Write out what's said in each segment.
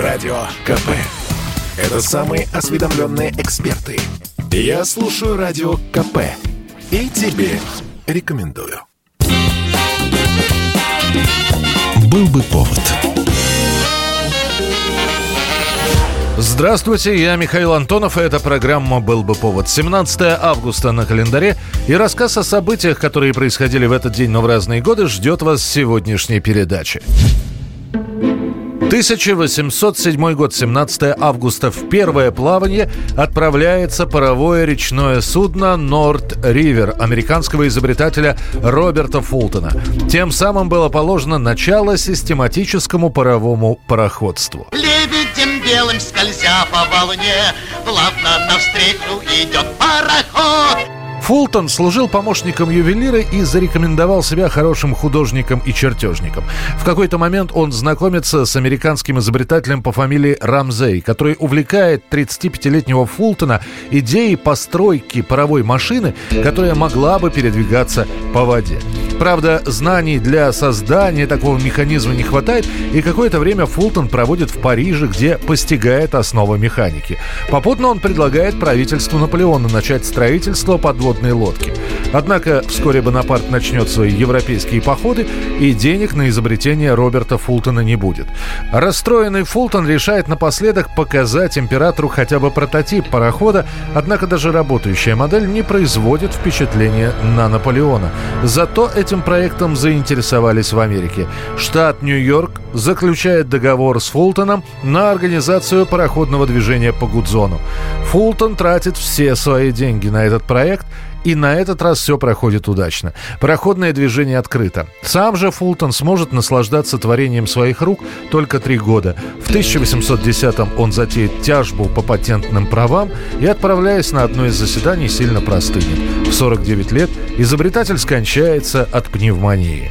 Радио КП. Это самые осведомленные эксперты. Я слушаю Радио КП и тебе рекомендую. Был бы повод. Здравствуйте, я Михаил Антонов, и эта программа «Был бы повод». 17 августа на календаре, и рассказ о событиях, которые происходили в этот день, но в разные годы, ждет вас в сегодняшней передаче. 1807 год, 17 августа. В первое плавание отправляется паровое речное судно «Норд-Ривер» американского изобретателя Роберта Фултона. Тем самым было положено начало систематическому паровому пароходству. Лебедем белым скользя по волне, плавно навстречу идет пароход. Фултон служил помощником ювелира и зарекомендовал себя хорошим художником и чертежником. В какой-то момент он знакомится с американским изобретателем по фамилии Рамзей, который увлекает 35-летнего Фултона идеей постройки паровой машины, которая могла бы передвигаться по воде. Правда, знаний для создания такого механизма не хватает, и какое-то время Фултон проводит в Париже, где постигает основы механики. Попутно он предлагает правительству Наполеона начать строительство подводной лодки. Однако вскоре Бонапарт начнет свои европейские походы, и денег на изобретение Роберта Фултона не будет. Расстроенный Фултон решает напоследок показать императору хотя бы прототип парохода, однако даже работающая модель не производит впечатления на Наполеона. Зато этим проектом заинтересовались в Америке. Штат Нью-Йорк заключает договор с Фултоном на организацию пароходного движения по Гудзону. Фултон тратит все свои деньги на этот проект, и на этот раз все проходит удачно. Пароходное движение открыто. Сам же Фултон сможет наслаждаться творением своих рук только 3 года. В 1810-м он затеет тяжбу по патентным правам и, отправляясь на одно из заседаний, сильно простынет. В 49 лет изобретатель скончается от пневмонии.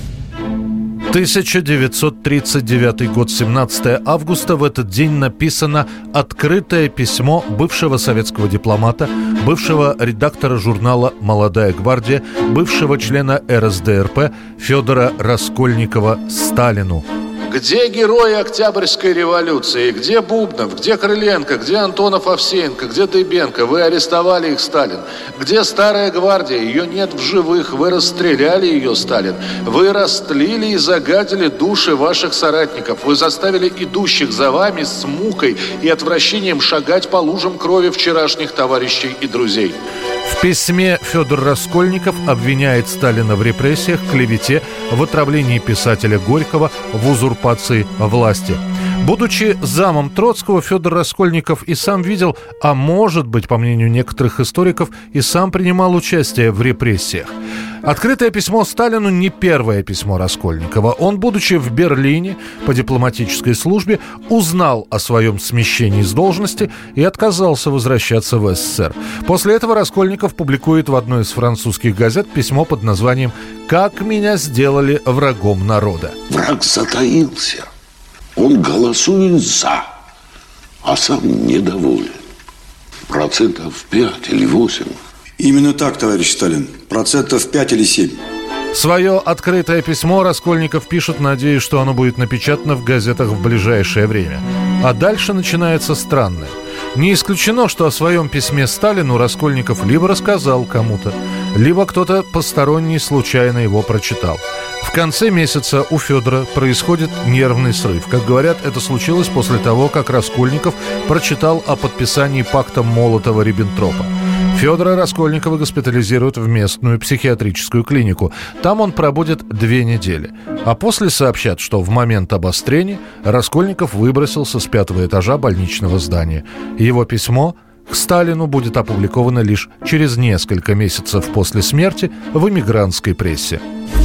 1939 год, 17 августа. В этот день написано открытое письмо бывшего советского дипломата, бывшего редактора журнала «Молодая гвардия», бывшего члена РСДРП Федора Раскольникова Сталину. Где герои Октябрьской революции? Где Бубнов? Где Крыленко? Где Антонов-Овсеенко? Где Дыбенко? Вы арестовали их, Сталин. Где Старая гвардия? Ее нет в живых. Вы расстреляли ее, Сталин. Вы растлили и загадили души ваших соратников. Вы заставили идущих за вами с мукой и отвращением шагать по лужам крови вчерашних товарищей и друзей. В письме Федор Раскольников обвиняет Сталина в репрессиях, клевете, в отравлении писателя Горького, в узурпации власти. Будучи замом Троцкого, Федор Раскольников и сам видел, а может быть, по мнению некоторых историков, и сам принимал участие в репрессиях. Открытое письмо Сталину не первое письмо Раскольникова. Он, будучи в Берлине по дипломатической службе, узнал о своем смещении с должности и отказался возвращаться в СССР. После этого Раскольников публикует в одной из французских газет письмо под названием «Как меня сделали врагом народа». Враг затаился. Он голосует «за», а сам недоволен. 5% или 8%. Именно так, товарищ Сталин. 5% или 7%. Свое открытое письмо Раскольников пишет, надеясь, что оно будет напечатано в газетах в ближайшее время. А дальше начинается странное. Не исключено, что о своем письме Сталину Раскольников либо рассказал кому-то, либо кто-то посторонний случайно его прочитал. В конце месяца у Федора происходит нервный срыв. Как говорят, это случилось после того, как Раскольников прочитал о подписании пакта Молотова-Риббентропа. Федора Раскольникова госпитализируют в местную психиатрическую клинику. Там он пробудет 2 недели. А после сообщат, что в момент обострения Раскольников выбросился с 5-го этажа больничного здания. Его письмо к Сталину будет опубликовано лишь через несколько месяцев после смерти в эмигрантской прессе.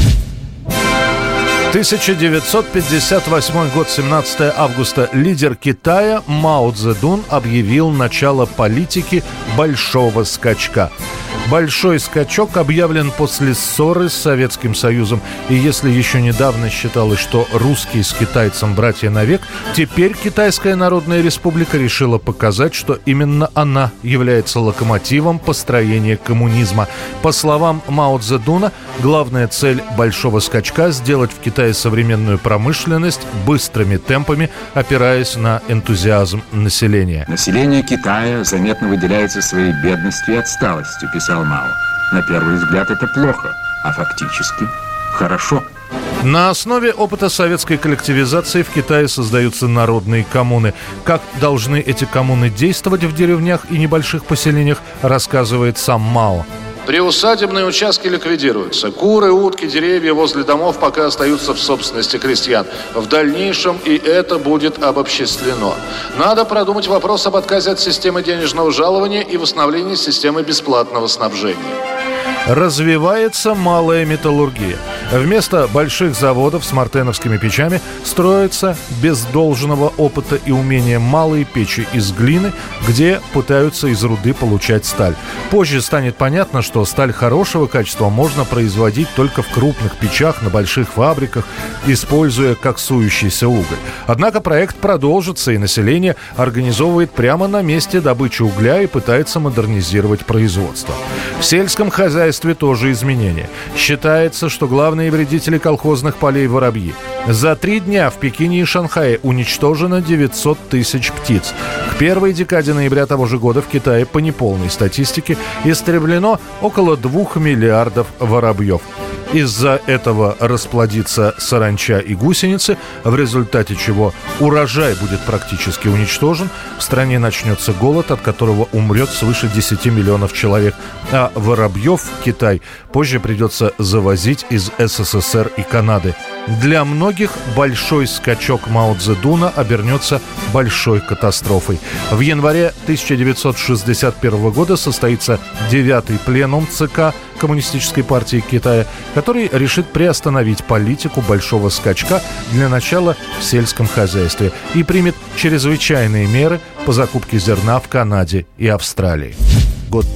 1958 год, 17 августа. Лидер Китая Мао Цзэдун объявил начало политики большого скачка. Большой скачок объявлен после ссоры с Советским Союзом. И если еще недавно считалось, что русские с китайцем братья навек, теперь Китайская Народная Республика решила показать, что именно она является локомотивом построения коммунизма. По словам Мао Цзэдуна, главная цель большого скачка – сделать в Китае современную промышленность быстрыми темпами, опираясь на энтузиазм населения. Население Китая заметно выделяется своей бедностью и отсталостью, писал Мао. На первый взгляд это плохо, а фактически хорошо. На основе опыта советской коллективизации в Китае создаются народные коммуны. Как должны эти коммуны действовать в деревнях и небольших поселениях, рассказывает сам Мао. Приусадебные участки ликвидируются. Куры, утки, деревья возле домов пока остаются в собственности крестьян. В дальнейшем и это будет обобществлено. Надо продумать вопрос об отказе от системы денежного жалования и восстановлении системы бесплатного снабжения. Развивается малая металлургия. Вместо больших заводов с мартеновскими печами строятся без должного опыта и умения малые печи из глины, где пытаются из руды получать сталь. Позже станет понятно, что сталь хорошего качества можно производить только в крупных печах на больших фабриках, используя коксующийся уголь. Однако проект продолжится, и население организовывает прямо на месте добычу угля и пытается модернизировать производство. В сельском хозяйстве тоже изменения. Считается, что главные вредители колхозных полей – воробьи. За 3 дня в Пекине и Шанхае уничтожено 900 тысяч птиц. К первой декаде ноября того же года в Китае, по неполной статистике, истреблено около 2 миллиардов воробьев. Из-за этого расплодится саранча и гусеницы, в результате чего урожай будет практически уничтожен. В стране начнется голод, от которого умрет свыше 10 миллионов человек. А воробьев в Китай позже придется завозить из СССР и Канады. Для многих большой скачок Мао Цзэдуна обернется большой катастрофой. В январе 1961 года состоится 9-й пленум ЦК Коммунистической партии Китая, который решит приостановить политику большого скачка для начала в сельском хозяйстве и примет чрезвычайные меры по закупке зерна в Канаде и Австралии. Год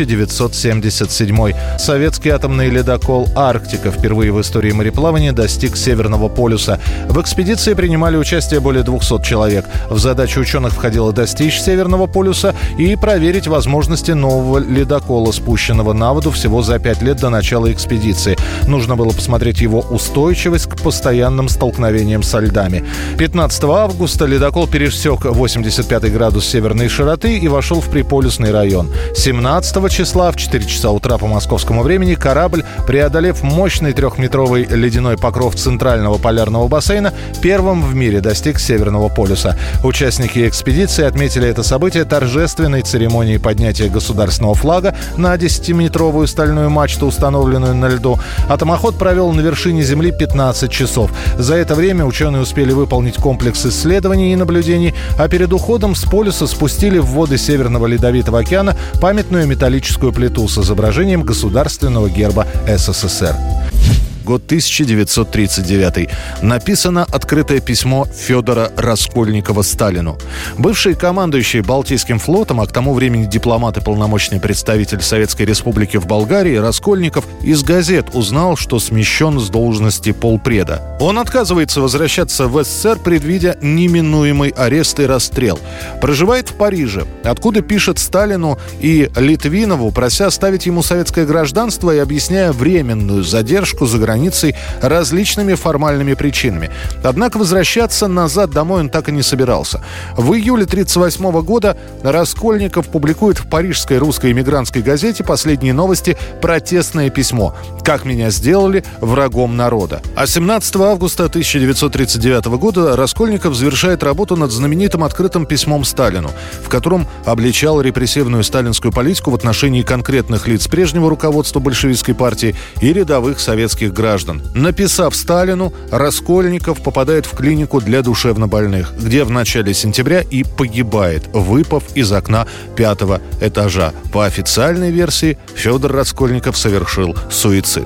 1977. Советский атомный ледокол «Арктика» впервые в истории мореплавания достиг Северного полюса. В экспедиции принимали участие более 200 человек. В задачу ученых входило достичь Северного полюса и проверить возможности нового ледокола, спущенного на воду всего за 5 лет до начала экспедиции. Нужно было посмотреть его устойчивость к постоянным столкновениям со льдами. 15 августа ледокол пересек 85 градус северной широты и вошел в приполюсный район. 17 числа в 4 часа утра по московскому времени корабль, преодолев мощный 3-метровый ледяной покров центрального полярного бассейна, первым в мире достиг Северного полюса. Участники экспедиции отметили это событие торжественной церемонией поднятия государственного флага на 10-метровую стальную мачту, установленную на льду. Атомоход провел на вершине Земли 15 часов. За это время ученые успели выполнить комплекс исследований и наблюдений, а перед уходом с полюса спустили в воды Северного Ледовитого океана памятную металлическую плиту с изображением государственного герба СССР. Год 1939. Написано открытое письмо Федора Раскольникова Сталину. Бывший командующий Балтийским флотом, а к тому времени дипломат и полномочный представитель Советской Республики в Болгарии, Раскольников из газет узнал, что смещен с должности полпреда. Он отказывается возвращаться в СССР, предвидя неминуемый арест и расстрел. Проживает в Париже, откуда пишет Сталину и Литвинову, прося оставить ему советское гражданство и объясняя временную задержку за границей различными формальными причинами. Однако возвращаться назад домой он так и не собирался. В июле 1938 года Раскольников публикует в парижской русской эмигрантской газете «Последние новости» протестное письмо «Как меня сделали врагом народа». А 17 августа 1939 года Раскольников завершает работу над знаменитым открытым письмом Сталину, в котором обличал репрессивную сталинскую политику в отношении конкретных лиц прежнего руководства большевистской партии и рядовых советских граждан. Написав Сталину, Раскольников попадает в клинику для душевнобольных, где в начале сентября и погибает, выпав из окна 5-го этажа. По официальной версии, Федор Раскольников совершил суицид.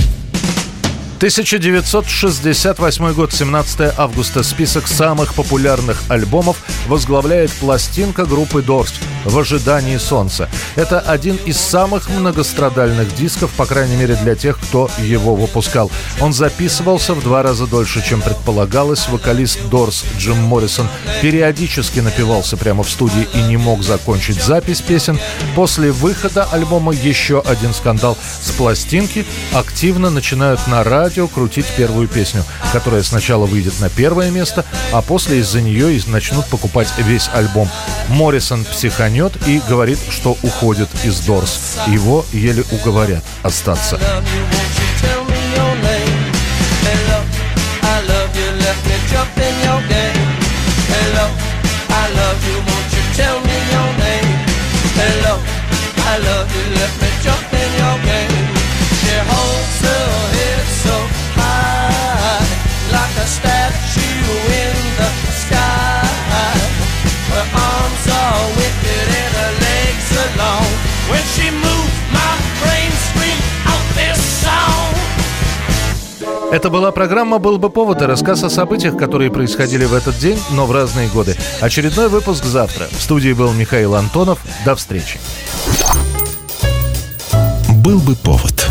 1968 год, 17 августа. Список самых популярных альбомов возглавляет пластинка группы Doors «В ожидании солнца». Это один из самых многострадальных дисков, по крайней мере для тех, кто его выпускал. Он записывался в 2 раза дольше, чем предполагалось. Вокалист Doors Джим Моррисон периодически напивался прямо в студии и не мог закончить запись песен. После выхода альбома еще один скандал. С пластинки активно начинают на радио крутить первую песню, которая сначала выйдет на первое место, а после из-за нее и начнут покупать весь альбом. Моррисон психанет и говорит, что уходит из Doors. Его еле уговорят остаться. Это была программа «Был бы повод» и рассказ о событиях, которые происходили в этот день, но в разные годы. Очередной выпуск завтра. В студии был Михаил Антонов. До встречи. «Был бы повод».